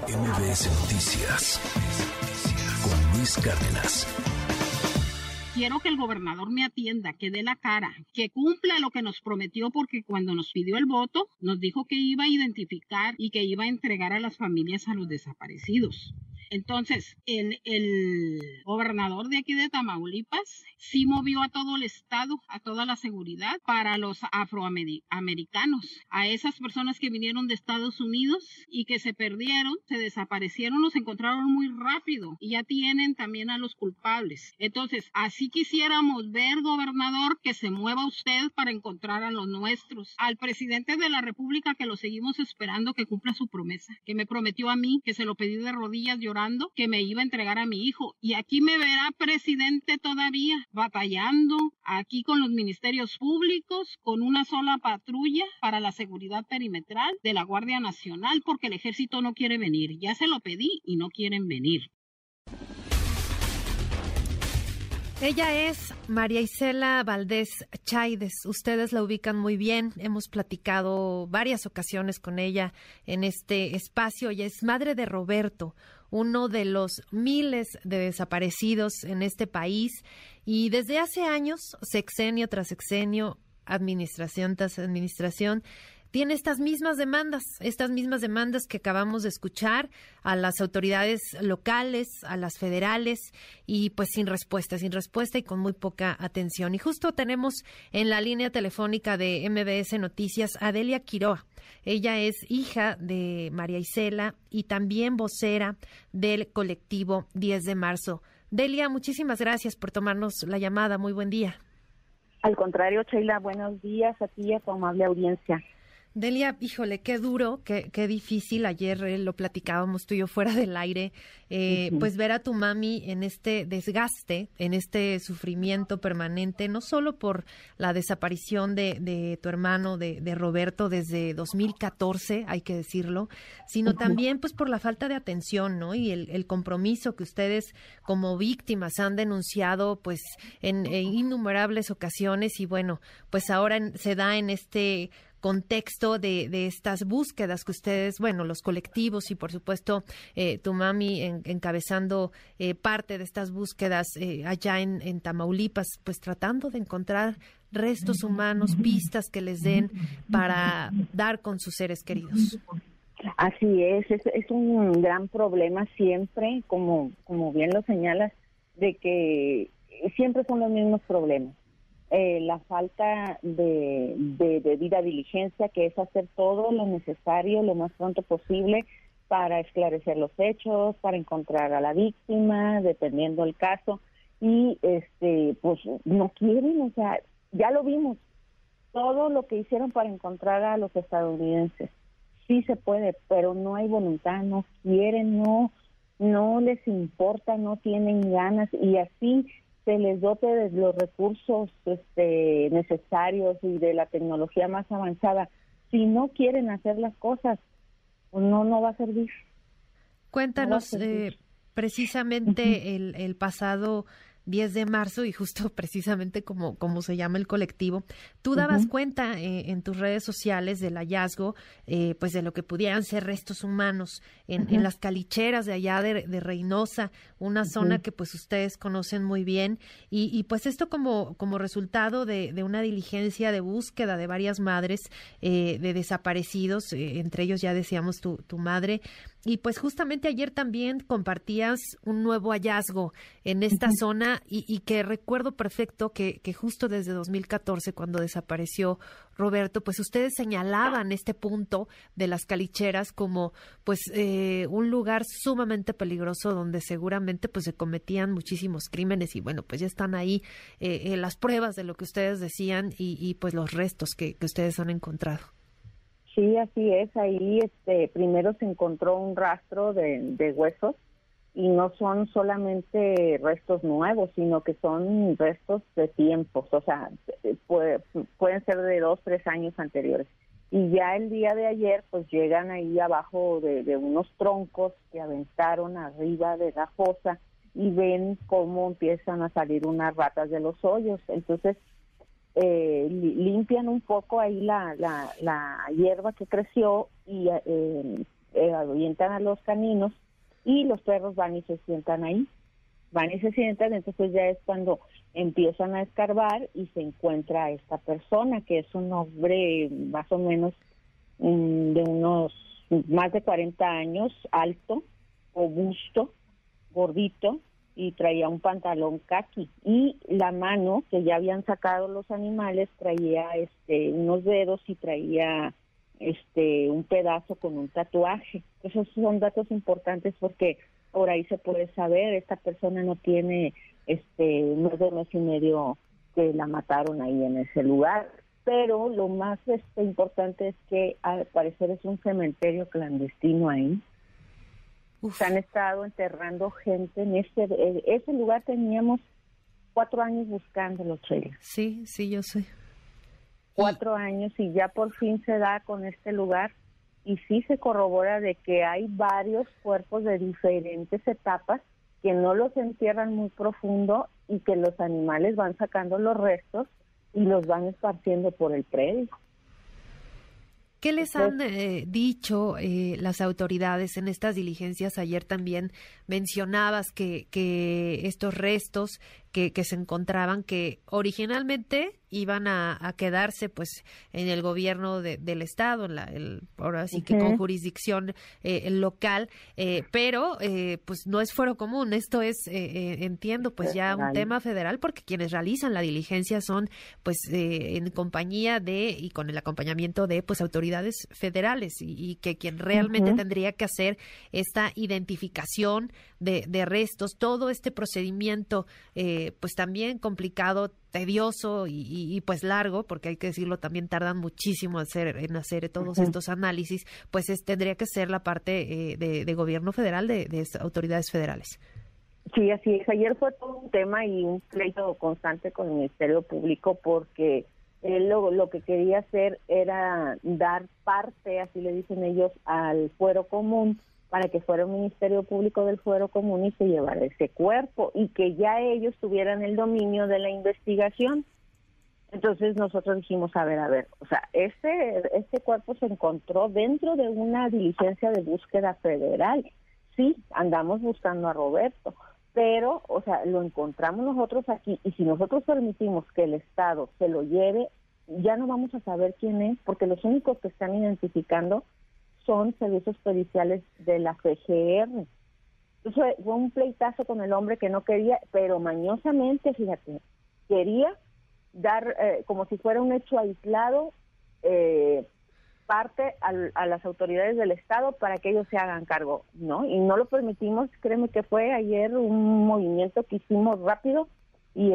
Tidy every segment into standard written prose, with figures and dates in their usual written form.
MBS Noticias con Luis Cárdenas. Quiero que el gobernador me atienda, que dé la cara, que cumpla lo que nos prometió, porque cuando nos pidió el voto, nos dijo que iba a identificar y que iba a entregar a las familias a los desaparecidos. Entonces, el gobernador de aquí de Tamaulipas sí movió a todo el estado, a toda la seguridad para los afroamericanos, a esas personas que vinieron de Estados Unidos y que se perdieron, se desaparecieron, los encontraron muy rápido y ya tienen también a los culpables. Entonces, así quisiéramos ver, gobernador, que se mueva usted para encontrar a los nuestros. Al presidente de la República, que lo seguimos esperando, que cumpla su promesa, que me prometió a mí, que se lo pedí de rodillas llorando, que me iba a entregar a mi hijo. Y aquí me verá, presidente, todavía batallando aquí con los ministerios públicos, con una sola patrulla para la seguridad perimetral de la Guardia Nacional, porque el ejército no quiere venir. Ya se lo pedí y no quieren venir. Ella es María Isela Valdés Chaides. Ustedes la ubican muy bien. Hemos platicado varias ocasiones con ella en este espacio. Ella es madre de Roberto, uno de los miles de desaparecidos en este país. Y desde hace años, sexenio tras sexenio, administración tras administración, tiene estas mismas demandas que acabamos de escuchar a las autoridades locales, a las federales, y pues sin respuesta y con muy poca atención. Y justo tenemos en la línea telefónica de MBS Noticias a Delia Quiroa. Ella es hija de María Isela y también vocera del colectivo 10 de marzo. Delia, muchísimas gracias por tomarnos la llamada. Muy buen día. Al contrario, Sheila, buenos días a ti y a tu amable audiencia. Delia, híjole, qué duro, qué difícil. Ayer lo platicábamos tú y yo fuera del aire, pues ver a tu mami en este desgaste, en este sufrimiento permanente, no solo por la desaparición de tu hermano, de Roberto, desde 2014, hay que decirlo, sino también pues por la falta de atención, ¿no? Y el compromiso que ustedes como víctimas han denunciado pues en innumerables ocasiones, y bueno, pues ahora se da en este contexto de estas búsquedas que ustedes, bueno, los colectivos y por supuesto tu mami encabezando parte de estas búsquedas allá en Tamaulipas, pues tratando de encontrar restos humanos, pistas que les den para dar con sus seres queridos. Así es un gran problema siempre, como bien lo señalas, de que siempre son los mismos problemas. La falta de debida diligencia, que es hacer todo lo necesario lo más pronto posible para esclarecer los hechos, para encontrar a la víctima, dependiendo del caso, y pues no quieren, o sea, ya lo vimos, todo lo que hicieron para encontrar a los estadounidenses. Sí se puede, pero no hay voluntad, no quieren, no les importa, no tienen ganas, y así se les dote de los recursos necesarios y de la tecnología más avanzada. Si no quieren hacer las cosas, pues no va a servir. Cuéntanos, precisamente el pasado 10 de marzo, y justo precisamente como se llama el colectivo, tú dabas cuenta en tus redes sociales del hallazgo, pues de lo que pudieran ser restos humanos en las calicheras de allá de Reynosa, una zona que pues ustedes conocen muy bien, y pues esto como resultado de una diligencia de búsqueda de varias madres de desaparecidos, entre ellos ya decíamos tu madre. Y pues justamente ayer también compartías un nuevo hallazgo en esta zona, y que recuerdo perfecto que justo desde 2014, cuando desapareció Roberto, pues ustedes señalaban este punto de las calicheras como pues un lugar sumamente peligroso donde seguramente pues se cometían muchísimos crímenes, y bueno, pues ya están ahí las pruebas de lo que ustedes decían y pues los restos que ustedes han encontrado. Sí, así es. Ahí primero se encontró un rastro de huesos, y no son solamente restos nuevos, sino que son restos de tiempos, o sea, pueden ser de 2-3 años anteriores. Y ya el día de ayer, pues llegan ahí abajo de unos troncos que aventaron arriba de la fosa, y ven cómo empiezan a salir unas ratas de los hoyos. Entonces, limpian un poco ahí la hierba que creció, y avientan a los caninos y los perros van y se sientan ahí. Van y se sientan, entonces ya es cuando empiezan a escarbar y se encuentra a esta persona, que es un hombre más o menos de unos más de 40 años, alto, robusto, gordito, y traía un pantalón caqui. Y la mano, que ya habían sacado los animales, traía unos dedos y traía un pedazo con un tatuaje. Esos son datos importantes porque por ahí se puede saber, esta persona no tiene más de mes y medio que la mataron ahí en ese lugar, pero lo más importante es que al parecer es un cementerio clandestino ahí. Se han estado enterrando gente en ese lugar. Teníamos 4 años buscándolo, Sheila. Sí, yo sé. 4 años y ya por fin se da con este lugar. Y sí se corrobora de que hay varios cuerpos de diferentes etapas que no los entierran muy profundo y que los animales van sacando los restos y los van esparciendo por el predio. ¿Qué les han dicho las autoridades en estas diligencias? Ayer también mencionabas que estos restos que se encontraban, que originalmente iban a quedarse pues en el gobierno del estado, ahora sí que con jurisdicción local, pero pues no es fuero común. Esto es, entiendo, pues ya un tema federal, porque quienes realizan la diligencia son pues en compañía y con el acompañamiento de pues autoridades federales y que quien realmente tendría que hacer esta identificación de restos, todo este procedimiento pues también complicado, tedioso y pues largo, porque hay que decirlo, también tardan muchísimo en hacer todos estos análisis, pues tendría que ser la parte de gobierno federal, de autoridades federales. Sí, así es. Ayer fue todo un tema y un pleito constante con el Ministerio Público porque él lo que quería hacer era dar parte, así le dicen ellos, al fuero común, para que fuera un Ministerio Público del Fuero Común y se llevara ese cuerpo y que ya ellos tuvieran el dominio de la investigación. Entonces nosotros dijimos, a ver, o sea, este cuerpo se encontró dentro de una diligencia de búsqueda federal. Sí, andamos buscando a Roberto, pero, o sea, lo encontramos nosotros aquí y si nosotros permitimos que el Estado se lo lleve, ya no vamos a saber quién es, porque los únicos que están identificando son servicios periciales de la FGR. Entonces fue un pleitazo con el hombre que no quería, pero mañosamente, fíjate, quería dar como si fuera un hecho aislado parte a las autoridades del Estado para que ellos se hagan cargo, ¿no? Y no lo permitimos. Créeme que fue ayer un movimiento que hicimos rápido y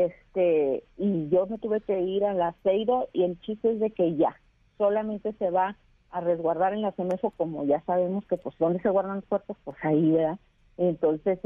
yo me tuve que ir a la Ceiro y el chiste es de que ya solamente se va a resguardar en la CEMEFO, como ya sabemos que pues dónde se guardan los cuerpos, pues ahí, ¿verdad? Entonces,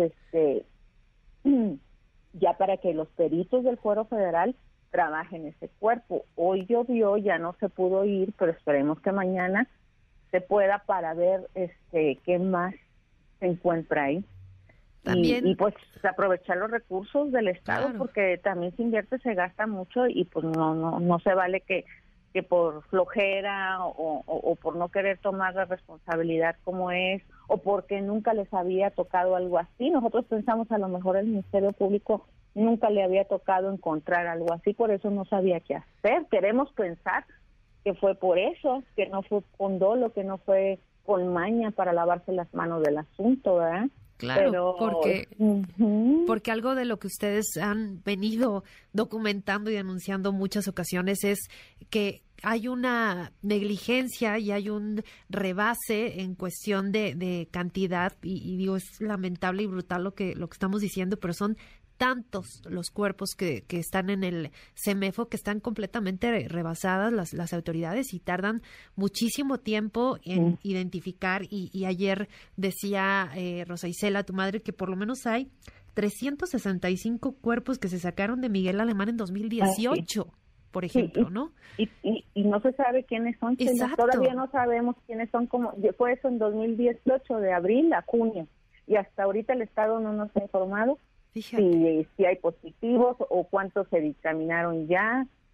ya para que los peritos del Fuero Federal trabajen ese cuerpo. Hoy llovió, ya no se pudo ir, pero esperemos que mañana se pueda para ver qué más se encuentra ahí. También, y pues aprovechar los recursos del Estado, claro, porque también se invierte, se gasta mucho y pues no se vale que por flojera o por no querer tomar la responsabilidad como es, o porque nunca les había tocado algo así. Nosotros pensamos a lo mejor el Ministerio Público nunca le había tocado encontrar algo así, por eso no sabía qué hacer. Queremos pensar que fue por eso, que no fue con dolo, que no fue con maña para lavarse las manos del asunto, ¿verdad? Claro, porque algo de lo que ustedes han venido documentando y denunciando muchas ocasiones es que hay una negligencia y hay un rebase en cuestión de cantidad y digo, es lamentable y brutal lo que estamos diciendo, pero son tantos los cuerpos que están en el CEMEFO que están completamente rebasadas las autoridades y tardan muchísimo tiempo en identificar y ayer decía Rosa Isela, tu madre, que por lo menos hay 365 cuerpos que se sacaron de Miguel Alemán en 2018, por ejemplo, sí, ¿no? Y no se sabe quiénes son. Exacto. Todavía no sabemos quiénes son, fue eso en 2018, de abril a junio, y hasta ahorita el Estado no nos ha informado si hay positivos o cuántos se dictaminaron ya,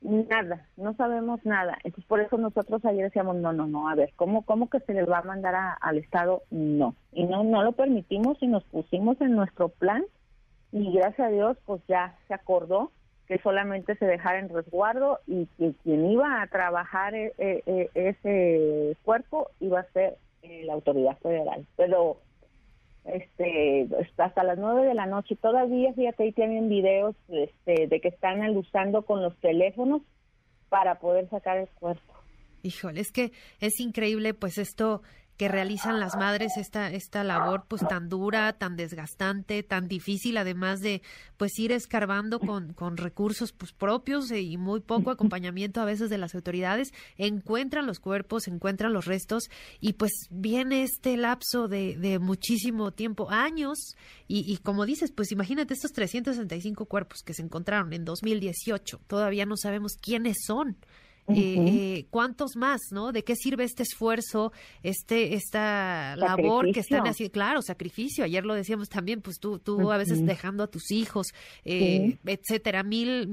nada, no sabemos nada. Entonces, por eso nosotros ayer decíamos, no, a ver, ¿cómo que se les va a mandar al Estado? No. Y no lo permitimos y nos pusimos en nuestro plan y gracias a Dios, pues ya se acordó que solamente se dejara en resguardo y que quien iba a trabajar ese cuerpo iba a ser la autoridad federal. Pero hasta las 9 de la noche todavía, fíjate, ahí tienen videos de que están alusando con los teléfonos para poder sacar el cuerpo. Híjole, es que es increíble pues esto que realizan las madres, esta labor pues tan dura, tan desgastante, tan difícil, además de pues ir escarbando con recursos pues propios y muy poco acompañamiento a veces de las autoridades, encuentran los cuerpos, encuentran los restos y pues viene este lapso de muchísimo tiempo, años, y como dices, pues imagínate estos 365 cuerpos que se encontraron en 2018, todavía no sabemos quiénes son. ¿Cuántos más, no? ¿De qué sirve este esfuerzo, esta labor que están haciendo? Claro, sacrificio. Ayer lo decíamos también, pues tú a veces dejando a tus hijos, etcétera, mil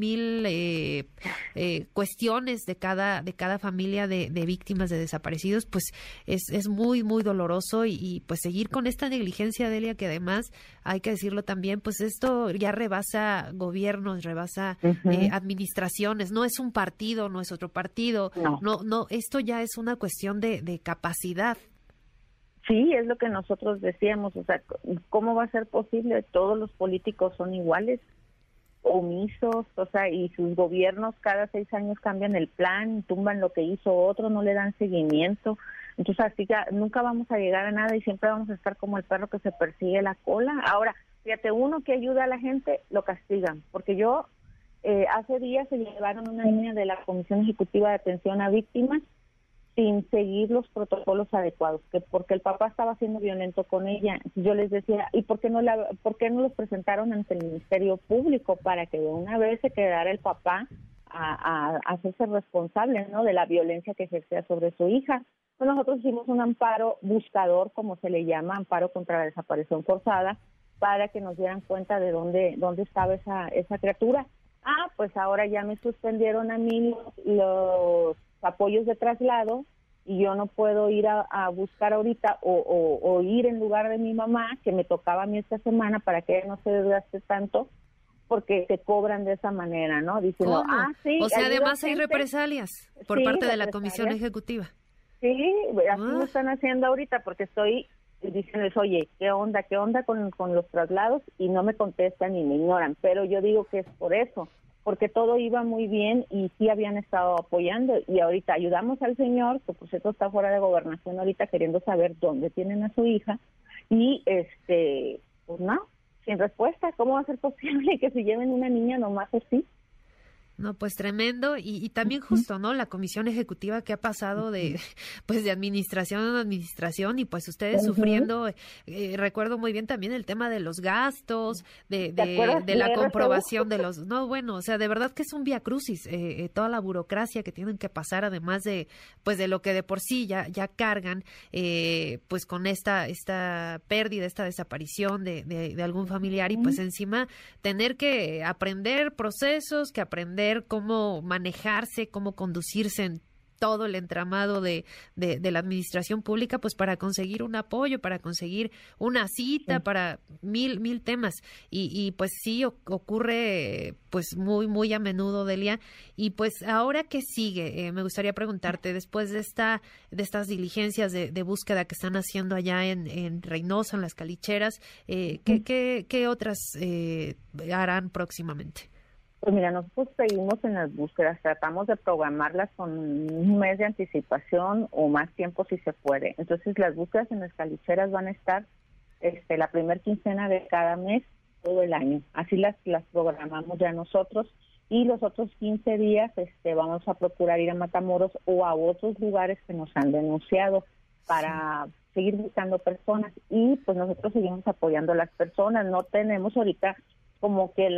cuestiones de cada familia de víctimas de desaparecidos, pues es muy, muy doloroso y pues seguir con esta negligencia, Delia, que además hay que decirlo también, pues esto ya rebasa gobiernos, rebasa administraciones, no es un partido, no es otro partido, no, esto ya es una cuestión de capacidad. Sí, es lo que nosotros decíamos, o sea, ¿cómo va a ser posible? Todos los políticos son iguales, omisos, o sea, y sus gobiernos cada 6 años cambian el plan, tumban lo que hizo otro, no le dan seguimiento. Entonces así ya nunca vamos a llegar a nada y siempre vamos a estar como el perro que se persigue la cola. Ahora, fíjate, uno que ayuda a la gente, lo castigan, porque hace días se llevaron una niña de la Comisión Ejecutiva de Atención a Víctimas sin seguir los protocolos adecuados, que porque el papá estaba siendo violento con ella. Yo les decía, ¿y por qué no los presentaron ante el Ministerio Público para que de una vez se quedara el papá a hacerse responsable, ¿no?, de la violencia que ejercía sobre su hija? Pues nosotros hicimos un amparo buscador, como se le llama, amparo contra la desaparición forzada, para que nos dieran cuenta de dónde estaba esa criatura. Pues ahora ya me suspendieron a mí los apoyos de traslado y yo no puedo ir a buscar ahorita o ir en lugar de mi mamá, que me tocaba a mí esta semana, para que ella no se desgaste tanto, porque se cobran de esa manera, ¿no? Diciendo, sí. O sea, además hay represalias por parte de la Comisión Ejecutiva. Sí, así lo están haciendo ahorita, porque estoy diciéndoles, oye, ¿qué onda con los traslados? Y no me contestan y me ignoran, pero yo digo que es por eso, porque todo iba muy bien y sí habían estado apoyando, y ahorita ayudamos al señor, que por cierto está fuera de gobernación ahorita queriendo saber dónde tienen a su hija, y pues no, sin respuesta. ¿Cómo va a ser posible que se lleven una niña nomás así? No, pues tremendo, y también justo, ¿no?, la Comisión Ejecutiva que ha pasado de administración en administración, y pues ustedes sufriendo, recuerdo muy bien también el tema de los gastos, de la comprobación de los, no, bueno, o sea, de verdad que es un viacrucis, toda la burocracia que tienen que pasar, además de, pues de lo que de por sí ya cargan, pues con esta pérdida, esta desaparición de algún familiar, y pues encima tener que aprender procesos, que aprender cómo manejarse, cómo conducirse en todo el entramado de la administración pública, pues para conseguir un apoyo, para conseguir una cita, para mil temas. Y pues sí ocurre pues muy, muy a menudo, Delia. Y pues ahora, ¿qué sigue? Me gustaría preguntarte, después de estas diligencias de búsqueda que están haciendo allá en Reynosa, en Las Calicheras, ¿qué otras harán próximamente? Pues mira, nosotros seguimos en las búsquedas, tratamos de programarlas con un mes de anticipación o más tiempo si se puede. Entonces las búsquedas en Las Calicheras van a estar la primer quincena de cada mes, todo el año. Así las programamos ya nosotros, y los otros 15 días vamos a procurar ir a Matamoros o a otros lugares que nos han denunciado para seguir buscando personas, y pues nosotros seguimos apoyando a las personas. No tenemos ahorita como que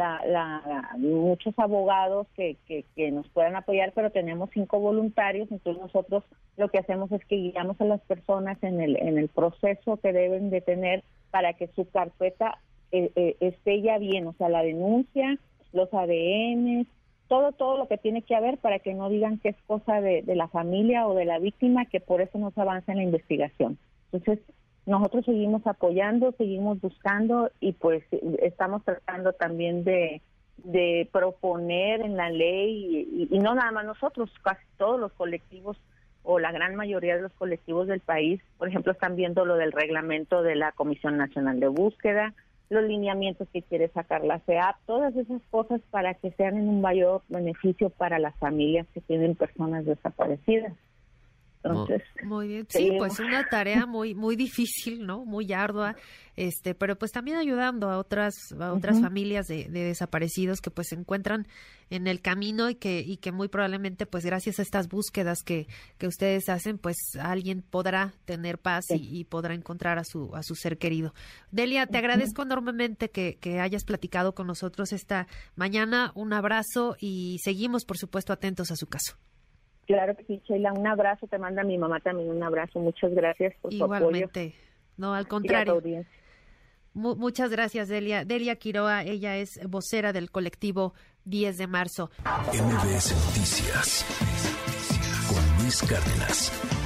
muchos abogados que nos puedan apoyar, pero tenemos 5 voluntarios. Entonces nosotros lo que hacemos es que guiamos a las personas en el proceso que deben de tener para que su carpeta esté ya bien, o sea, la denuncia, los ADN, todo lo que tiene que haber para que no digan que es cosa de la familia o de la víctima, que por eso no se avanza en la investigación. Entonces, nosotros seguimos apoyando, seguimos buscando y pues estamos tratando también de proponer en la ley, y no nada más nosotros, casi todos los colectivos o la gran mayoría de los colectivos del país, por ejemplo, están viendo lo del reglamento de la Comisión Nacional de Búsqueda, los lineamientos que quiere sacar la CEAP, todas esas cosas para que sean en un mayor beneficio para las familias que tienen personas desaparecidas. Entonces, muy bien, sí, pues una tarea muy difícil, ¿no? Muy ardua, pero pues también ayudando a otras familias de desaparecidos que pues se encuentran en el camino y que muy probablemente pues gracias a estas búsquedas que ustedes hacen, pues alguien podrá tener paz y podrá encontrar a su ser querido. Delia, te agradezco enormemente que hayas platicado con nosotros esta mañana. Un abrazo y seguimos, por supuesto, atentos a su caso. Claro que sí, Sheila, un abrazo, te manda mi mamá también un abrazo, muchas gracias por su apoyo. Igualmente, no, al contrario. Muchas gracias, Delia. Delia Quiroa, ella es vocera del colectivo 10 de marzo. MBS Noticias con Luis Cárdenas.